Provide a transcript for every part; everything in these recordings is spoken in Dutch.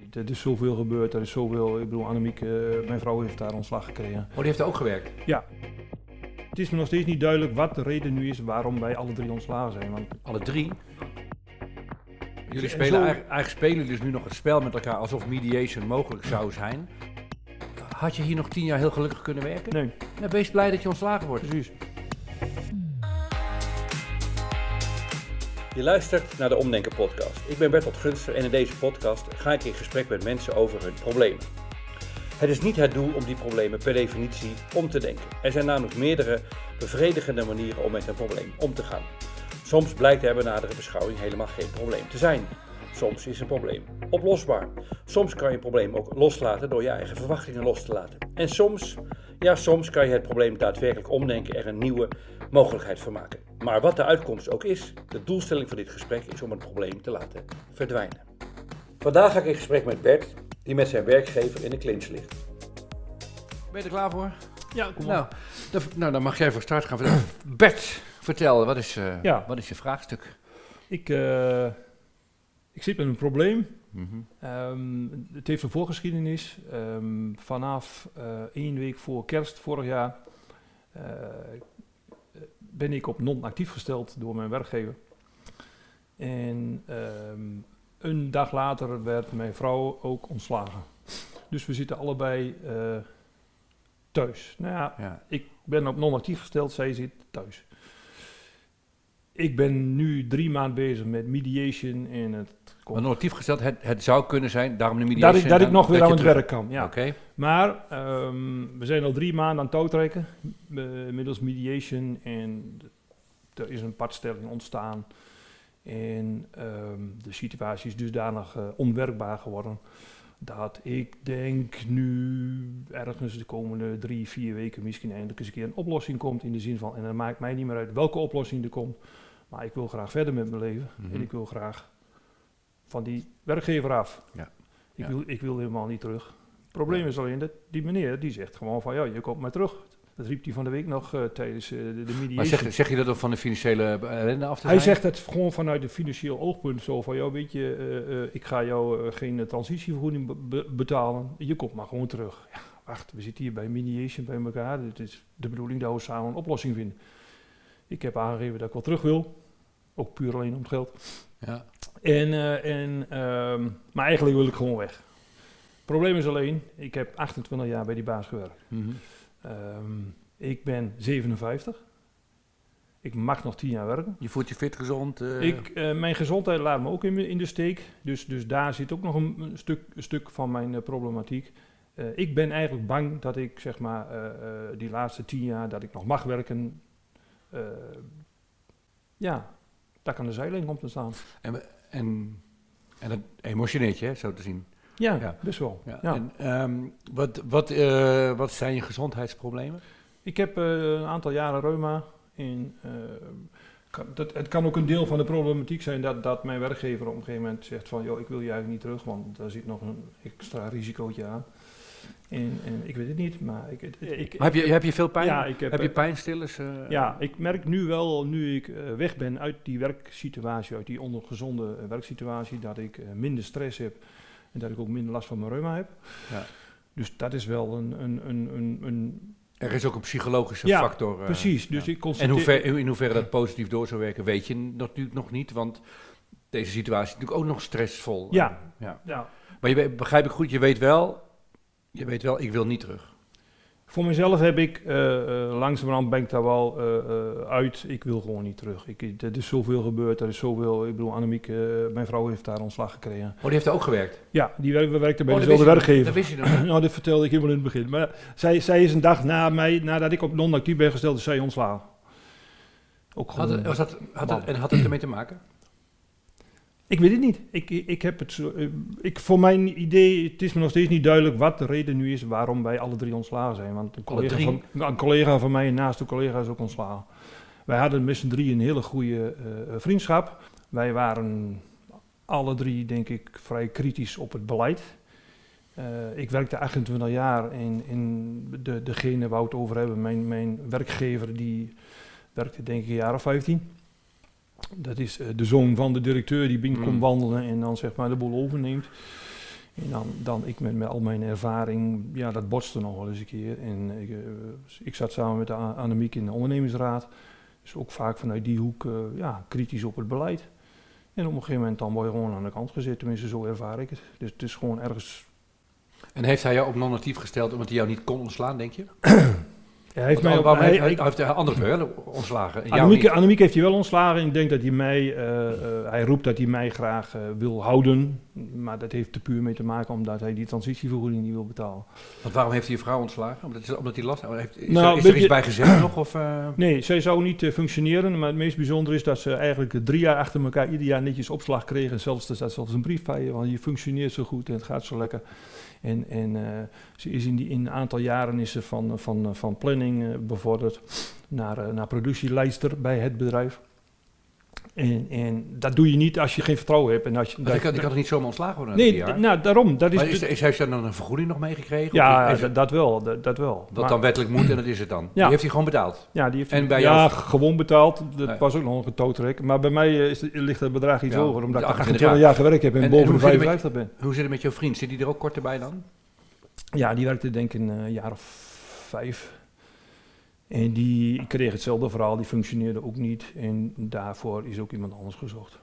Er is zoveel gebeurd, er is zoveel. Ik bedoel, Annemiek, mijn vrouw heeft daar ontslag gekregen. Oh, die heeft er ook gewerkt? Ja. Het is me nog steeds niet duidelijk wat de reden nu is waarom wij alle drie ontslagen zijn. Want alle drie? Jullie spelen eigenlijk spelen dus nu nog het spel met elkaar alsof mediation mogelijk zou zijn. Had je hier nog 10 jaar heel gelukkig kunnen werken? Nee. Nou, wees blij dat je ontslagen wordt. Precies. Je luistert naar de Omdenken podcast. Ik ben Bertolt Gunster en in deze podcast ga ik in gesprek met mensen over hun problemen. Het is niet het doel om die problemen per definitie om te denken. Er zijn namelijk meerdere bevredigende manieren om met een probleem om te gaan. Soms blijkt er bij nadere beschouwing helemaal geen probleem te zijn. Soms is een probleem oplosbaar. Soms kan je een probleem ook loslaten door je eigen verwachtingen los te laten. En soms kan je het probleem daadwerkelijk omdenken en er een nieuwe mogelijkheid van maken. Maar wat de uitkomst ook is, de doelstelling van dit gesprek is om het probleem te laten verdwijnen. Vandaag ga ik in gesprek met Bert, die met zijn werkgever in de clinch ligt. Ben je er klaar voor? Ja, kom op. Nou, dan mag jij voor start gaan vertellen. Bert, vertel, wat is je vraagstuk? Ik zit met een probleem. Mm-hmm. Het heeft een voorgeschiedenis. Vanaf 1 week voor kerst vorig jaar ben ik op non-actief gesteld door mijn werkgever. En een dag later werd mijn vrouw ook ontslagen. Dus we zitten allebei thuis. Nou ja, ik ben op non-actief gesteld, zij zit thuis. Ik ben nu 3 maanden bezig met mediation en het komt... Maar non-actief gesteld, het zou kunnen zijn, daarom de mediation... Dat ik nog weer aan het werk kan, ja. Okay. Maar we zijn al 3 maanden aan het touwtrekken, middels mediation. En er is een padstelling ontstaan. En de situatie is dusdanig onwerkbaar geworden. Dat ik denk nu ergens de komende 3-4 weken misschien eindelijk eens een keer een oplossing komt. In de zin van, en dan maakt mij niet meer uit welke oplossing er komt. Maar ik wil graag verder met mijn leven. Mm-hmm. En ik wil graag van die werkgever af. Ja. Ik wil helemaal niet terug. Het probleem is alleen dat die meneer die zegt gewoon van ja, je komt maar terug. Dat riep hij van de week nog tijdens de mediation. Maar zeg je dat om van de financiële ellende af te zijn? Hij zegt het gewoon vanuit een financieel oogpunt zo van ja, weet je, ik ga jou geen transitievergoeding betalen. Je komt maar gewoon terug. Ja, wacht, we zitten hier bij mediation bij elkaar. Het is de bedoeling dat we samen een oplossing vinden. Ik heb aangegeven dat ik wel terug wil. Ook puur alleen om het geld. Ja. Maar eigenlijk wil ik gewoon weg. Het probleem is alleen, ik heb 28 jaar bij die baas gewerkt. Mm-hmm. Ik ben 57. Ik mag nog 10 jaar werken. Je voelt je fit, gezond? Mijn gezondheid laat me ook in de steek. Dus daar zit ook nog een stuk van mijn problematiek. Ik ben eigenlijk bang dat ik zeg maar die laatste 10 jaar dat ik nog mag werken... dat ik aan de zijlijn komt te staan. En dat emotioneert je, hè, zo te zien. Ja, best wel. Ja. Ja. En, wat zijn je gezondheidsproblemen? Ik heb een aantal jaren reuma. Het kan ook een deel van de problematiek zijn dat mijn werkgever op een gegeven moment zegt van... joh, ik wil je eigenlijk niet terug, want daar zit nog een extra risicootje aan. En ik weet het niet, maar... Heb je veel pijn? Ja, heb je pijnstillers? Ja, ik merk nu wel, nu ik weg ben uit die werksituatie, uit die ongezonde werksituatie, dat ik minder stress heb en dat ik ook minder last van mijn reuma heb. Ja. Dus dat is wel een er is ook een psychologische factor. Precies. Dus ik en in hoeverre dat positief door zou werken, weet je natuurlijk nog niet, want deze situatie is natuurlijk ook nog stressvol. Ja. Maar begrijp ik goed, je weet wel, ik wil niet terug. Voor mezelf heb ik, langzamerhand ben ik daar wel uit, ik wil gewoon niet terug. Er is zoveel gebeurd, er is zoveel, ik bedoel, Annemiek, mijn vrouw heeft daar ontslag gekregen. Oh, die heeft er ook gewerkt? Ja, we werkten bij dezelfde werkgever. Dat wist je nog. Nou, dat vertelde ik helemaal in het begin. Maar zij is een dag nadat ik op non-actief ben gesteld, is zij ontslagen. Ook gewoon, had het ermee te maken? Ik weet het niet. Ik heb het zo, voor mijn idee, het is me nog steeds niet duidelijk wat de reden nu is waarom wij alle 3 ontslagen zijn. Want een collega van mij, naast de collega, is ook ontslagen. Wij hadden met z'n 3 een hele goede vriendschap. Wij waren alle 3, denk ik, vrij kritisch op het beleid. Ik werkte 28 jaar en degene waar we het over hebben, mijn werkgever, die werkte denk ik een jaar of 15. Dat is de zoon van de directeur die binnenkomt wandelen en dan zeg maar de boel overneemt. En dan ik met al mijn ervaring, ja, dat botste nog wel eens een keer. En ik zat samen met Annemiek in de ondernemingsraad. Dus ook vaak vanuit die hoek kritisch op het beleid. En op een gegeven moment dan word je gewoon aan de kant gezet, tenminste zo ervaar ik het. Dus het is gewoon ergens... En heeft hij jou op non-actief gesteld omdat hij jou niet kon ontslaan, denk je? Ja, hij heeft anderen wel ontslagen. Annemiek heeft hij wel ontslagen. Ik denk dat hij roept dat hij mij graag wil houden. Maar dat heeft er puur mee te maken omdat hij die transitievergoeding niet wil betalen. Want waarom heeft hij je vrouw ontslagen? Omdat hij last heeft? Is er iets bij gezegd nog? Of, Nee, zij zou niet functioneren. Maar het meest bijzondere is dat ze eigenlijk 3 jaar achter elkaar ieder jaar netjes opslag kreeg. En zelfs er staat zelfs een brief bij je, want je functioneert zo goed en het gaat zo lekker. En ze is in een aantal jaren is ze van planning bevorderd naar productieleidster bij het bedrijf. En dat doe je niet als je geen vertrouwen hebt. En als je, ik had er niet zomaar ontslagen worden. Nee, daarom. Heeft ze dan een vergoeding nog meegekregen? Ja, dat wel. Wat dan wettelijk moet en dat is het dan? Ja. Die heeft hij gewoon betaald? Ja, die heeft gewoon betaald. Dat was ook nog een toetrek. Maar bij mij ligt het bedrag iets hoger, omdat ik 28 jaar gewerkt heb en boven de 55 ben. Hoe zit het met jouw vriend? Zit hij er ook korter bij dan? Ja, die werkte denk ik een jaar of 5. En die kreeg hetzelfde verhaal, die functioneerde ook niet. En daarvoor is ook iemand anders gezocht.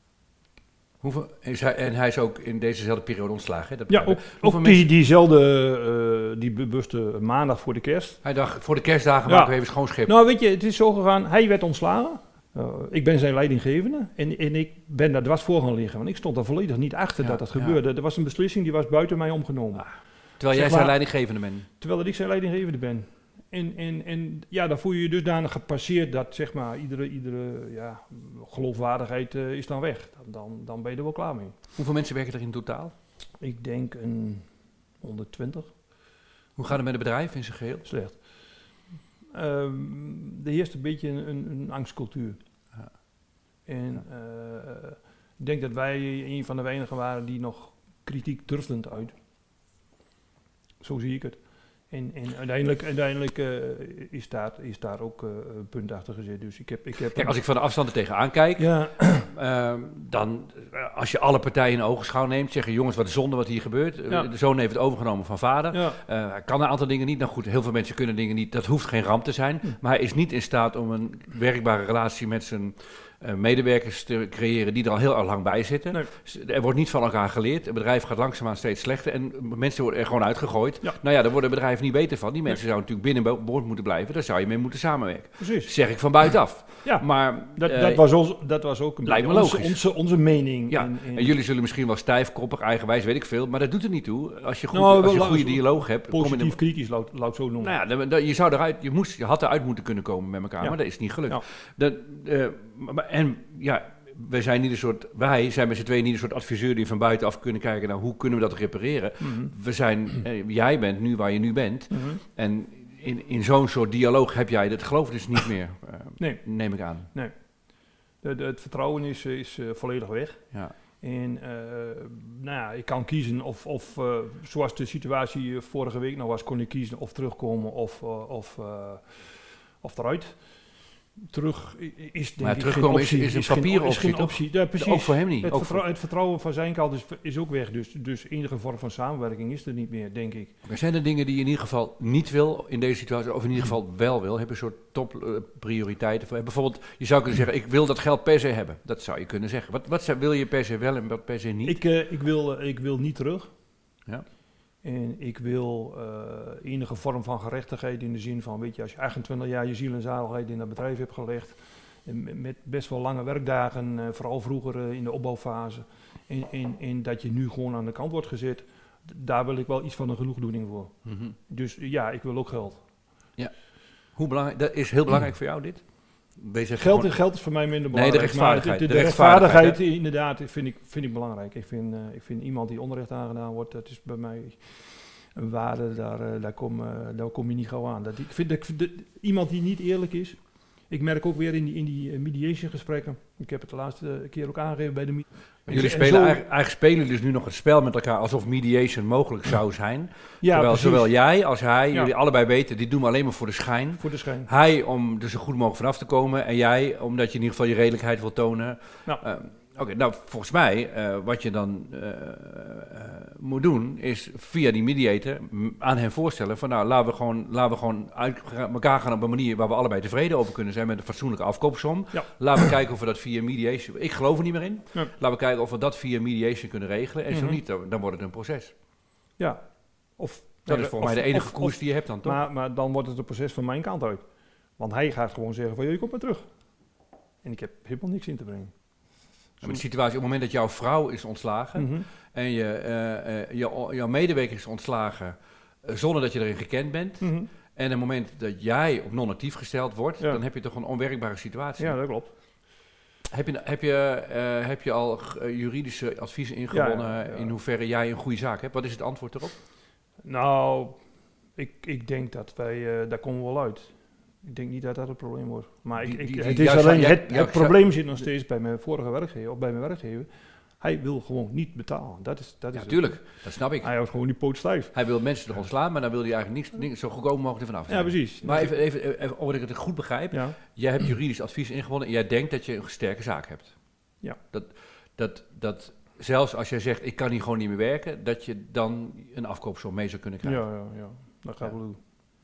Hij is ook in dezezelfde periode ontslagen? Hè? Ja, ook diezelfde bewuste maandag voor de kerst. Hij dacht, voor de kerstdagen maken we even schoon schip. Nou weet je, het is zo gegaan, hij werd ontslagen. Ik ben zijn leidinggevende en ik ben daar dwars voor gaan liggen. Want ik stond er volledig niet achter dat gebeurde. Er was een beslissing, die was buiten mij omgenomen. Terwijl jij zijn leidinggevende bent? Terwijl ik zijn leidinggevende ben. En dan voel je je dusdanig gepasseerd dat zeg maar iedere geloofwaardigheid is dan weg. Dan ben je er wel klaar mee. Hoeveel mensen werken er in totaal? Ik denk een 120. Hoe gaat het met het bedrijf in zijn geheel? Slecht. Er heerst een beetje een angstcultuur. Ja. En ik denk dat wij een van de weinigen waren die nog kritiek durfden te uiten. Zo zie ik het. En uiteindelijk is daar ook een punt achter gezet. Dus ik heb Kijk, als ik van de afstand er tegenaan kijk, dan als je alle partijen in ogenschouw neemt, zeggen jongens, wat zonde wat hier gebeurt. De zoon heeft het overgenomen van vader. Hij kan een aantal dingen niet. Nou goed, heel veel mensen kunnen dingen niet. Dat hoeft geen ramp te zijn. Maar hij is niet in staat om een werkbare relatie met zijn medewerkers te creëren die er al heel erg lang bij zitten. Nee. Er wordt niet van elkaar geleerd. Het bedrijf gaat langzaamaan steeds slechter en mensen worden er gewoon uitgegooid. Ja. Nou ja, daar worden bedrijven niet beter van. Die mensen zouden natuurlijk binnen boord moeten blijven. Daar zou je mee moeten samenwerken. Precies. Zeg ik van buitenaf. Ja, maar dat was ook een beetje onze mening. Ja. En jullie zullen misschien wel stijfkoppig, eigenwijs, weet ik veel. Maar dat doet er niet toe. Als je een goede dialoog hebt. Positief kritisch, laat zo noemen. Nou ja, je had eruit moeten kunnen komen met elkaar. Ja. Maar dat is niet gelukt. Ja. Wij zijn met z'n tweeën niet een soort adviseur die van buitenaf kunnen kijken naar hoe kunnen we dat repareren. Mm-hmm. Jij bent nu waar je nu bent. Mm-hmm. En in zo'n soort dialoog heb jij dat geloof dus niet meer, neem ik aan. Nee, het vertrouwen is volledig weg. Ja. En ik kan kiezen of zoals de situatie vorige week nog was, kon ik kiezen of terugkomen of eruit. Terug is denk ik terugkomen geen optie. Is een papieren optie. Geen optie. Ja, precies. Ook voor hem niet. Het vertrouwen van zijn kant is ook weg. Dus enige vorm van samenwerking is er niet meer, denk ik. Maar zijn er dingen die je in ieder geval niet wil in deze situatie, of in ieder geval wel wil? Heb je een soort topprioriteiten voor? Bijvoorbeeld, je zou kunnen zeggen, ik wil dat geld per se hebben. Dat zou je kunnen zeggen. Wat wil je per se wel en wat per se niet? Ik wil niet terug. Ja. En ik wil enige vorm van gerechtigheid in de zin van, weet je, als je 28 jaar je ziel en zaligheid in dat bedrijf hebt gelegd, met best wel lange werkdagen, vooral vroeger in de opbouwfase, en dat je nu gewoon aan de kant wordt gezet, daar wil ik wel iets van een genoegdoening voor. Mm-hmm. Dus ja, ik wil ook geld. Ja. Hoe belangrijk, dat is heel belangrijk voor jou dit? Geld is voor mij minder belangrijk. Nee, de rechtvaardigheid. De rechtvaardigheid inderdaad vind ik belangrijk. Ik vind iemand die onrecht aangedaan wordt, dat is bij mij een waarde, daar kom je niet gauw aan. Ik vind iemand die niet eerlijk is. Ik merk ook weer in die mediation gesprekken. Ik heb het de laatste keer ook aangegeven bij de Jullie eigenlijk spelen dus nu nog het spel met elkaar alsof mediation mogelijk zou zijn. Ja, terwijl precies. Zowel jij als hij, jullie allebei weten, dit doen we alleen maar voor de schijn. Voor de schijn. Hij om er zo goed mogelijk vanaf te komen en jij omdat je in ieder geval je redelijkheid wil tonen. Nou. Oké, nou volgens mij, wat je dan moet doen, is via die mediator aan hen voorstellen van nou, laten we gewoon uit elkaar gaan op een manier waar we allebei tevreden over kunnen zijn met een fatsoenlijke afkoopsom. Ja. Laten we kijken of we dat via mediation, ik geloof er niet meer in, laten we kijken of we dat via mediation kunnen regelen en zo niet, dan wordt het een proces. Ja, dat is volgens mij de enige koers die je hebt dan, toch? Maar dan wordt het een proces van mijn kant uit. Want hij gaat gewoon zeggen van, je komt maar terug. En ik heb helemaal niks in te brengen. Ja, de situatie, op het moment dat jouw vrouw is ontslagen en jouw medewerker is ontslagen zonder dat je erin gekend bent, en op het moment dat jij op non-actief gesteld wordt, dan heb je toch een onwerkbare situatie. Ja, dat klopt. Heb je al juridische adviezen ingewonnen in hoeverre jij een goede zaak hebt? Wat is het antwoord erop? Nou, ik denk dat wij, daar komen we wel uit. Ik denk niet dat dat het probleem wordt. Maar het probleem zit nog steeds bij mijn vorige werkgever, of bij mijn werkgever. Hij wil gewoon niet betalen. Dat is tuurlijk, dat snap ik. Hij houdt gewoon die poot stijf. Hij wil mensen er ontslaan, maar dan wil hij eigenlijk niks zo goedkoop mogelijk ervan af zijn. Ja, precies. Maar even of ik het goed begrijp. Ja. Jij hebt juridisch advies ingewonnen en jij denkt dat je een sterke zaak hebt. Ja. Dat zelfs als jij zegt, ik kan hier gewoon niet meer werken, dat je dan een afkoopsom mee zou kunnen krijgen. Ja. Dat gaan we doen.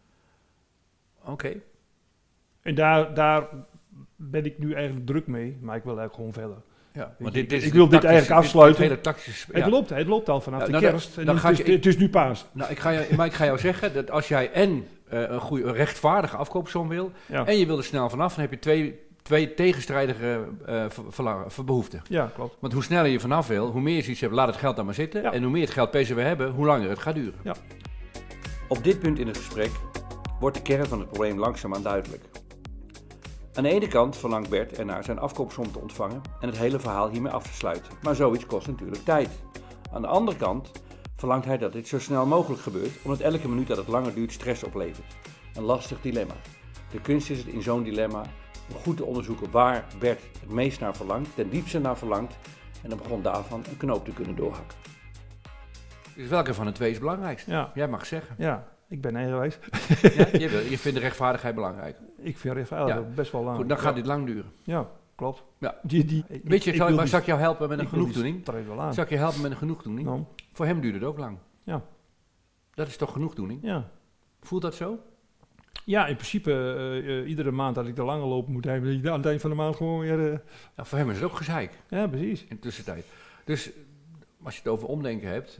Oké. En daar ben ik nu eigenlijk druk mee, maar ik wil eigenlijk gewoon verder. Ja, maar ik wil dit eigenlijk afsluiten. Het loopt al vanaf de kerst. Het is nu paas. Nou, ik ga jou zeggen dat als jij een goede rechtvaardige afkoopsom wil en je wil er snel vanaf, dan heb je twee tegenstrijdige behoeften. Ja, klopt. Want hoe sneller je vanaf wil, hoe meer je zoiets hebt, laat het geld dan maar zitten. Ja. En hoe meer het geld PCW hebben, hoe langer het gaat duren. Ja. Op dit punt in het gesprek wordt de kern van het probleem langzaamaan duidelijk. Aan de ene kant verlangt Bert ernaar zijn afkoopsom te ontvangen en het hele verhaal hiermee af te sluiten. Maar zoiets kost natuurlijk tijd. Aan de andere kant verlangt hij dat dit zo snel mogelijk gebeurt, omdat elke minuut dat het langer duurt stress oplevert. Een lastig dilemma. De kunst is het in zo'n dilemma om goed te onderzoeken waar Bert het meest naar verlangt, ten diepste naar verlangt en op grond daarvan een knoop te kunnen doorhakken. Dus welke van de twee is het belangrijkste? Ja. Jij mag zeggen. Ja. Ik ben eigenwijs. Ja, je vindt de rechtvaardigheid belangrijk. Ik vind rechtvaardigheid best wel lang. Goed, dan gaat dit lang duren. Ja, klopt. Ja. Weet je, zal ik jou helpen met een genoegdoening? Zal ik je helpen met een genoegdoening? No. Voor hem duurt het ook lang. Ja. Dat is toch genoegdoening? Ja. Voelt dat zo? Ja, in principe, iedere maand dat ik er langer loop, moet hij aan het eind van de maand gewoon weer... voor hem is het ook gezeik. Ja, precies. In de tussentijd. Dus als je het over omdenken hebt,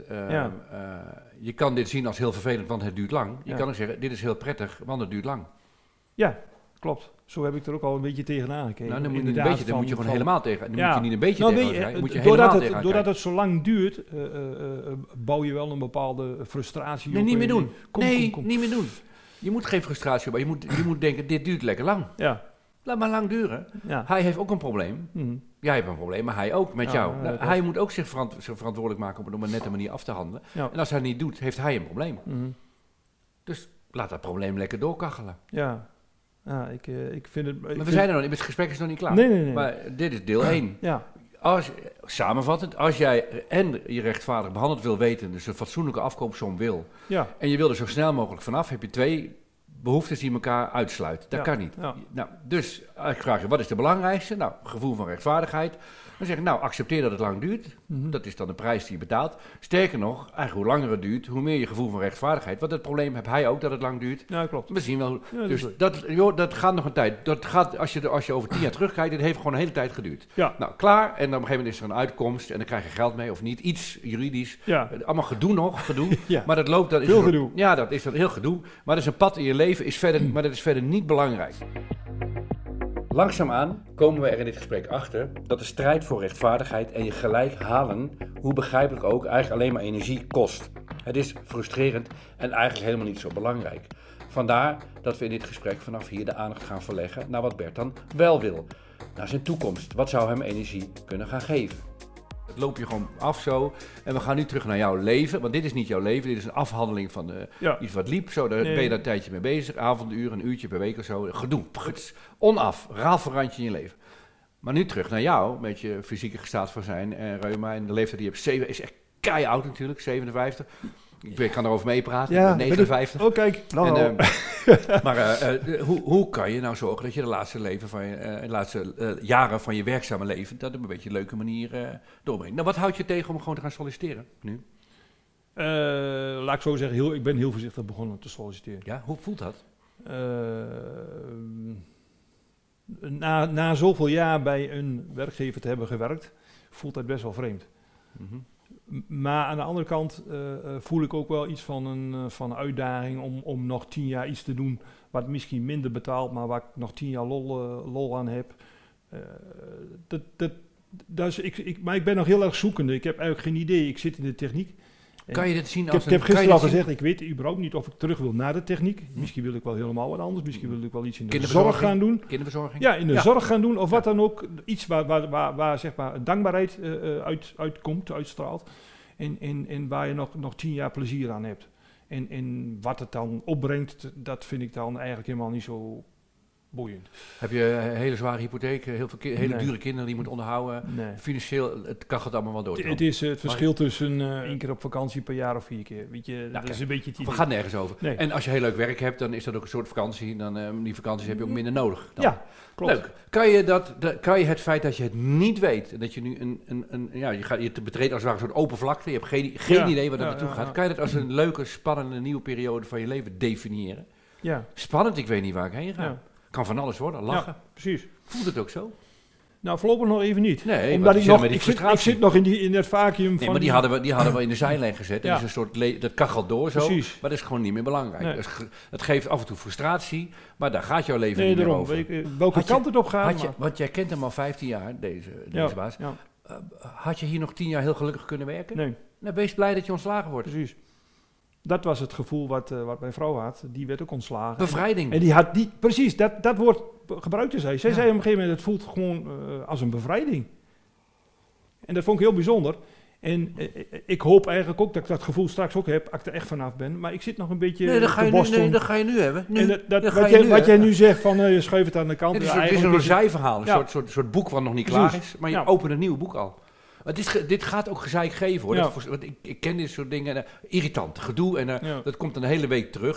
je kan dit zien als heel vervelend, want het duurt lang. Je kan ook zeggen, dit is heel prettig, want het duurt lang. Ja, klopt. Zo heb ik er ook al een beetje tegenaan gekeken. Nou, dan moet je gewoon helemaal tegen. Dan moet je niet een beetje tegen. Moet je doordat het zo lang duurt, bouw je wel een bepaalde frustratie op. Nee, niet meer doen. Niet meer doen. Je moet geen frustratie opbouwen. Je moet denken, dit duurt lekker lang. Ja. Laat maar lang duren. Ja. Hij heeft ook een probleem. Jij hebt een probleem, maar hij ook met jou. Hij moet ook zich verantwoordelijk maken om op een nette manier af te handelen. Ja. En als hij het niet doet, heeft hij een probleem. Dus laat dat probleem lekker doorkachelen. Ja, ik vind het... Maar we zijn er nog niet, het gesprek is nog niet klaar. Nee. Maar dit is deel 1. Ja. Samenvattend, als jij en je rechtvaardig behandeld wil weten, dus een fatsoenlijke afkoopsom wil, en je wil er zo snel mogelijk vanaf, heb je 2 behoeftes die elkaar uitsluiten. Dat kan niet. Ja. Nou, dus ik vraag je, wat is de belangrijkste? Nou, gevoel van rechtvaardigheid. Dan zeg ik, nou, accepteer dat het lang duurt. Dat is dan de prijs die je betaalt. Sterker nog, eigenlijk hoe langer het duurt, hoe meer je gevoel van rechtvaardigheid. Want het probleem heb hij ook dat het lang duurt. Ja, klopt. We zien wel. Ja, dus dat gaat nog een tijd. Dat gaat, als je over 10 jaar terugkijkt, het heeft gewoon een hele tijd geduurd. Ja. Nou, klaar. En dan op een gegeven moment is er een uitkomst en dan krijg je geld mee of niet. Iets juridisch. Ja. Allemaal gedoe. Ja. Maar dat loopt... Dat is veel gedoe. Ja, dat is dan heel gedoe. Maar dat is een pad in je leven, maar dat is verder niet belangrijk. Langzaamaan komen we er in dit gesprek achter dat de strijd voor rechtvaardigheid en je gelijk halen, hoe begrijpelijk ook, eigenlijk alleen maar energie kost. Het is frustrerend en eigenlijk helemaal niet zo belangrijk. Vandaar dat we in dit gesprek vanaf hier de aandacht gaan verleggen naar wat Bert dan wel wil. Naar zijn toekomst. Wat zou hem energie kunnen gaan geven? Het loop je gewoon af zo. En we gaan nu terug naar jouw leven. Want dit is niet jouw leven. Dit is een afhandeling van iets wat liep. Zo, daar ben je daar een tijdje mee bezig. Avonduren, een uurtje per week of zo. Gedoe. Onaf. Raalverrandje in je leven. Maar nu terug naar jou. Met je fysieke gestaat van zijn. En reuma. En de leeftijd die je hebt. Is echt keioud natuurlijk. 57. Ik kan erover meepraten, ik ben 59. Oh, kijk. Maar hoe kan je nou zorgen dat je de laatste jaren van je werkzame leven... dat op een beetje een leuke manier doorbrengt? Nou, wat houdt je tegen om gewoon te gaan solliciteren nu? Laat ik zo zeggen, ik ben heel voorzichtig begonnen te solliciteren. Ja, hoe voelt dat? Na zoveel jaar bij een werkgever te hebben gewerkt, voelt dat best wel vreemd. Mm-hmm. Maar aan de andere kant voel ik ook wel iets van een uitdaging om nog 10 jaar iets te doen wat misschien minder betaalt, maar waar ik nog 10 jaar lol aan heb. Maar ik ben nog heel erg zoekende. Ik heb eigenlijk geen idee. Ik zit in de techniek. Kan je dit zien als ik heb gisteren al gezegd, ik weet überhaupt niet of ik terug wil naar de techniek. Misschien wil ik wel helemaal wat anders. Misschien wil ik wel iets in de zorg gaan doen. Kinderverzorging? Ja, in de zorg gaan doen. Of wat dan ook. Iets waar zeg maar dankbaarheid uitkomt, uitstraalt. En waar je nog 10 jaar plezier aan hebt. En wat het dan opbrengt, dat vind ik dan eigenlijk helemaal niet zo boeiend. Heb je een hele zware hypotheek, heel veel hele dure kinderen die je moet onderhouden? Nee. Financieel, het kan het allemaal wel door. Het is het verschil tussen 1 keer op vakantie per jaar of 4 keer. Weet je, dat is een beetje het idee. We gaan nergens over. Nee. En als je heel leuk werk hebt, dan is dat ook een soort vakantie. Dan, die vakanties heb je ook minder nodig. Dan. Ja, klopt. Leuk. Kan je het feit dat je het niet weet, dat je nu je betreedt als het ware een soort open vlakte, je hebt geen idee waar dat naartoe gaat. Kan je dat als een leuke, spannende nieuwe periode van je leven definiëren? Ja. Spannend, ik weet niet waar ik heen ga. Ja. Kan van alles worden, lachen. Ja, precies. Voelt het ook zo? Nou, voorlopig nog even niet. Nee, omdat ik zit nog in het vacuüm van... Nee, maar die hadden we in de zijlijn gezet. Ja. Dat is een soort dat kachelt door zo. Precies. Maar dat is gewoon niet meer belangrijk. Nee. Het geeft af en toe frustratie, maar daar gaat jouw leven niet meer over. Welke kant het op gaat. Want jij kent hem al 15 jaar, deze baas. Ja. Had je hier nog 10 jaar heel gelukkig kunnen werken? Nee. Nou, wees blij dat je ontslagen wordt. Precies. Dat was het gevoel wat mijn vrouw had. Die werd ook ontslagen. Bevrijding. En die had precies, dat woord gebruikte zij. Zij zei op een gegeven moment, het voelt gewoon als een bevrijding. En dat vond ik heel bijzonder. En ik hoop eigenlijk ook dat ik dat gevoel straks ook heb, als ik er echt vanaf ben. Maar ik zit nog een beetje dat ga je nu hebben. Wat jij nu zegt, van je schuift het aan de kant. Het is een zijverhaal, een soort boek wat nog niet klaar is. Maar je opent een nieuw boek al. Dit gaat ook gezeik geven hoor. Ja. Ik ken dit soort dingen. Irritant gedoe. En dat komt een hele week terug.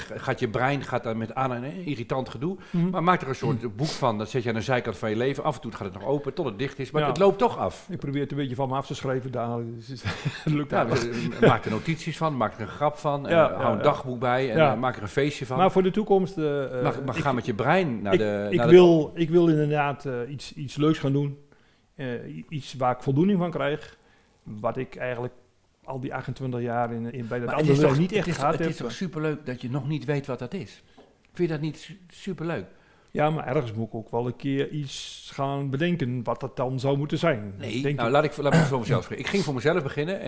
Je brein gaat daar met aan een irritant gedoe. Mm-hmm. Maar maak er een soort boek van. Dat zet je aan de zijkant van je leven. Af en toe gaat het nog open tot het dicht is. Maar het loopt toch af. Ik probeer het een beetje van me af te schrijven. Dus het lukt maak er notities van. Maak er een grap van. Hou een dagboek bij. En maak er een feestje van. Maar voor de toekomst... maar ga met je brein naar de... Ik wil inderdaad iets leuks gaan doen. Iets waar ik voldoening van krijg, wat ik eigenlijk al die 28 jaar bij dat andere werk niet echt gehad heb. Het is toch superleuk dat je nog niet weet wat dat is? Vind je dat niet superleuk? Ja, maar ergens moet ik ook wel een keer iets gaan bedenken wat dat dan zou moeten zijn. Nee, laat ik voor mezelf spreken. Ik ging voor mezelf beginnen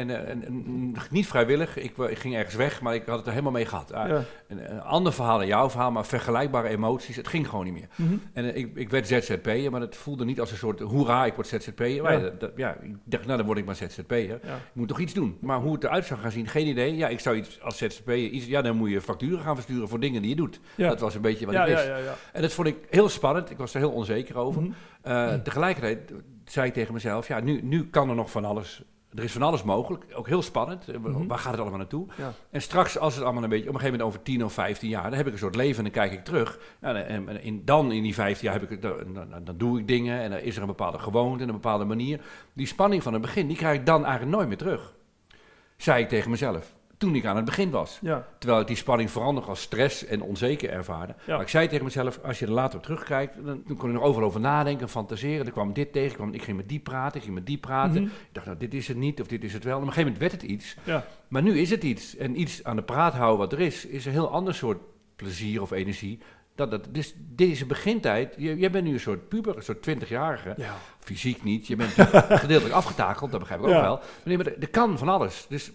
en niet vrijwillig. Ik ging ergens weg, maar ik had het er helemaal mee gehad. Een ander verhaal dan jouw verhaal, maar vergelijkbare emoties. Het ging gewoon niet meer. Mm-hmm. En ik werd ZZP'er, maar het voelde niet als een soort hoera, ik word ZZP'er. Ja. Ik dacht, nou dan word ik maar ZZP'er. Ja. Ik moet toch iets doen. Maar hoe het eruit zou gaan zien, geen idee. Ja, ik zou iets als ZZP'er, dan moet je facturen gaan versturen voor dingen die je doet. Ja. Dat was een beetje wat ik wist. Ja. En dat vond ik heel spannend. Ik was er heel onzeker over. Mm-hmm. Tegelijkertijd zei ik tegen mezelf, ja, nu kan er nog van alles. Er is van alles mogelijk. Ook heel spannend. Mm-hmm. Waar gaat het allemaal naartoe? Ja. En straks, als het allemaal een beetje, op een gegeven moment over 10 of 15 jaar, dan heb ik een soort leven en dan kijk ik terug. Ja, dan in die 15 jaar dan doe ik dingen en dan is er een bepaalde gewoonte en een bepaalde manier. Die spanning van het begin, die krijg ik dan eigenlijk nooit meer terug. Zei ik tegen mezelf. Toen ik aan het begin was. Ja. Terwijl ik die spanning vooral nog als stress en onzeker ervaarde. Ja. Maar ik zei tegen mezelf, als je er later op terugkijkt, dan kon ik nog overal over nadenken, fantaseren. Er kwam dit tegen, ik ging met die praten, Mm-hmm. Ik dacht, nou, dit is het niet of dit is het wel. En op een gegeven moment werd het iets. Ja. Maar nu is het iets. En iets aan de praat houden wat er is een heel ander soort plezier of energie. Dus deze begintijd, jij bent nu een soort puber, een soort 20-jarige. Ja. Fysiek niet, je bent gedeeltelijk afgetakeld, dat begrijp ik ook wel. Maar er kan van alles. Dus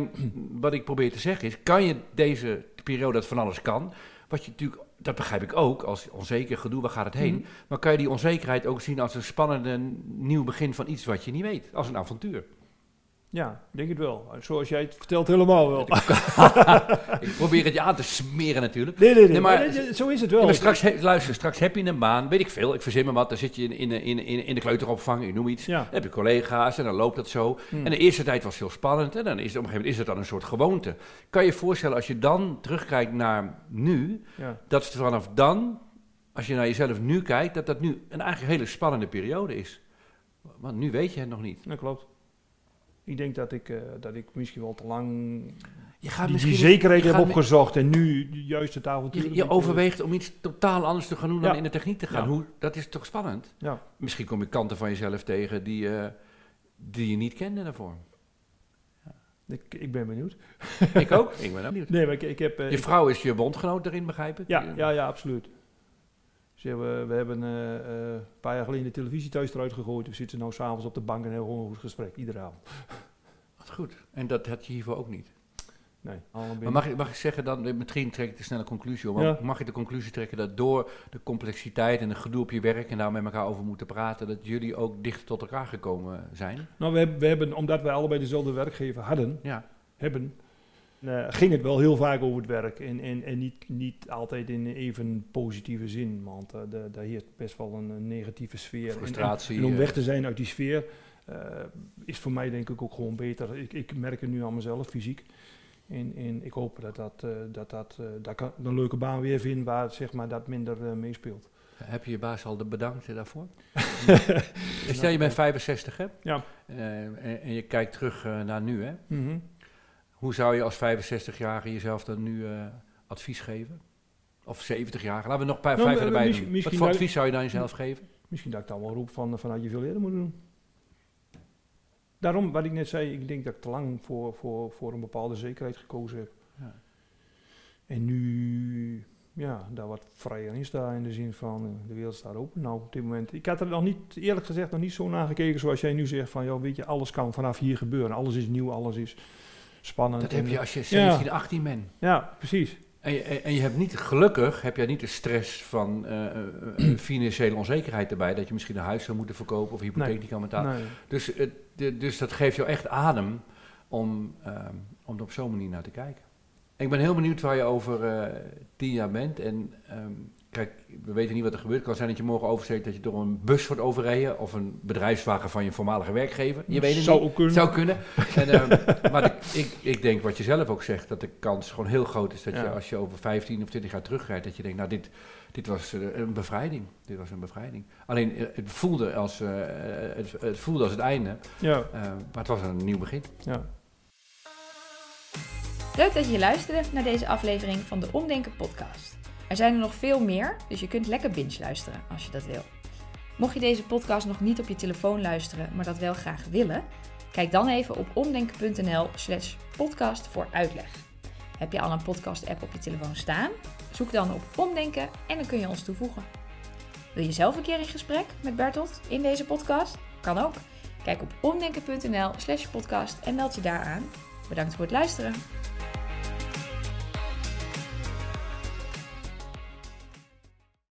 wat ik probeer te zeggen is, kan je deze periode dat van alles kan, wat je natuurlijk, dat begrijp ik ook, als onzeker gedoe, waar gaat het heen? Maar kan je die onzekerheid ook zien als een spannende nieuw begin van iets wat je niet weet, als een avontuur? Ja, denk het wel. Zoals jij het vertelt, helemaal wel. Ik probeer het je aan te smeren natuurlijk. Nee, maar zo is het wel. Maar straks heb je een baan, weet ik veel, ik verzin me wat, dan zit je in de kleuteropvang, ik noem iets. Ja. Dan heb je collega's en dan loopt dat zo. En de eerste tijd was heel spannend en dan is op een gegeven moment is het dan een soort gewoonte. Kan je je voorstellen, als je dan terugkijkt naar nu, dat het vanaf dan, als je naar jezelf nu kijkt, dat nu een eigenlijk hele spannende periode is. Want nu weet je het nog niet. Dat klopt. Ik denk dat ik misschien wel te lang die zekerheid heb opgezocht en nu juist het avontuur... Je overweegt om iets totaal anders te gaan doen dan in de techniek te gaan. Ja. Dat is toch spannend? Ja. Misschien kom je kanten van jezelf tegen die je niet kende daarvoor. Ja. Ik ben benieuwd. Ik ook. Ik ben ook benieuwd. Nee, maar ik heb... je vrouw is je bondgenoot erin, begrijp ik? Ja, absoluut. We hebben een paar jaar geleden de televisie thuis eruit gegooid. We zitten nou s'avonds op de bank en hebben gewoon een goed gesprek, iedere avond. Wat goed. En dat had je hiervoor ook niet? Nee. Maar mag ik zeggen dan, misschien trek ik de snelle conclusie op, maar mag ik de conclusie trekken dat door de complexiteit en het gedoe op je werk en daar met elkaar over moeten praten, dat jullie ook dichter tot elkaar gekomen zijn? Nou, we hebben omdat wij allebei dezelfde werkgever ging het wel heel vaak over het werk en niet altijd in even positieve zin, want daar heerst best wel een negatieve sfeer. Frustratie. En om weg te zijn uit die sfeer is voor mij denk ik ook gewoon beter. Ik merk het nu aan mezelf, fysiek. En ik hoop dat ik een leuke baan weer vind waar zeg maar, dat minder meespeelt. Heb je je baas al bedankt daarvoor? Stel je bent 65 hè? Ja. En je kijkt terug naar nu hè? Mm-hmm. Hoe zou je als 65-jarige jezelf dan nu advies geven? Of 70-jarige? Laten we nog 5 erbij doen. Wat voor advies zou je dan jezelf geven? Misschien dat ik dan wel roep vanuit je veel eerder moet doen. Daarom, wat ik net zei, ik denk dat ik te lang voor een bepaalde zekerheid gekozen heb. Ja. En nu, daar wat vrijer in sta in de zin van, de wereld staat open. Nou, op dit moment, ik had er nog niet, eerlijk gezegd, nog niet zo naar gekeken zoals jij nu zegt van, weet je, alles kan vanaf hier gebeuren. Alles is nieuw, alles is spannend. Dat heb je als je 17, 18 bent. Ja, precies. En je hebt niet de stress van financiële onzekerheid erbij, dat je misschien een huis zou moeten verkopen of hypotheek niet kan betalen. Nee. Dus dat geeft jou echt adem om er op zo'n manier naar te kijken. Ik ben heel benieuwd waar je over 10 jaar bent. En kijk, we weten niet wat er gebeurt. Het kan zijn dat je morgen oversteekt dat je door een bus wordt overreden of een bedrijfswagen van je voormalige werkgever. Je weet het niet. Zou kunnen. Maar ik denk wat je zelf ook zegt, dat de kans gewoon heel groot is dat je als je over 15 of 20 jaar terugrijdt, dat je denkt, nou dit was een bevrijding. Dit was een bevrijding. Alleen het voelde als het einde. Ja. Maar het was een nieuw begin. Ja. Leuk dat je luisterde naar deze aflevering van de Omdenken podcast. Er zijn er nog veel meer, dus je kunt lekker binge luisteren als je dat wil. Mocht je deze podcast nog niet op je telefoon luisteren, maar dat wel graag willen, kijk dan even op omdenken.nl/podcast voor uitleg. Heb je al een podcast-app op je telefoon staan? Zoek dan op Omdenken en dan kun je ons toevoegen. Wil je zelf een keer in gesprek met Bertolt in deze podcast? Kan ook. Kijk op omdenken.nl/podcast en meld je daar aan. Bedankt voor het luisteren.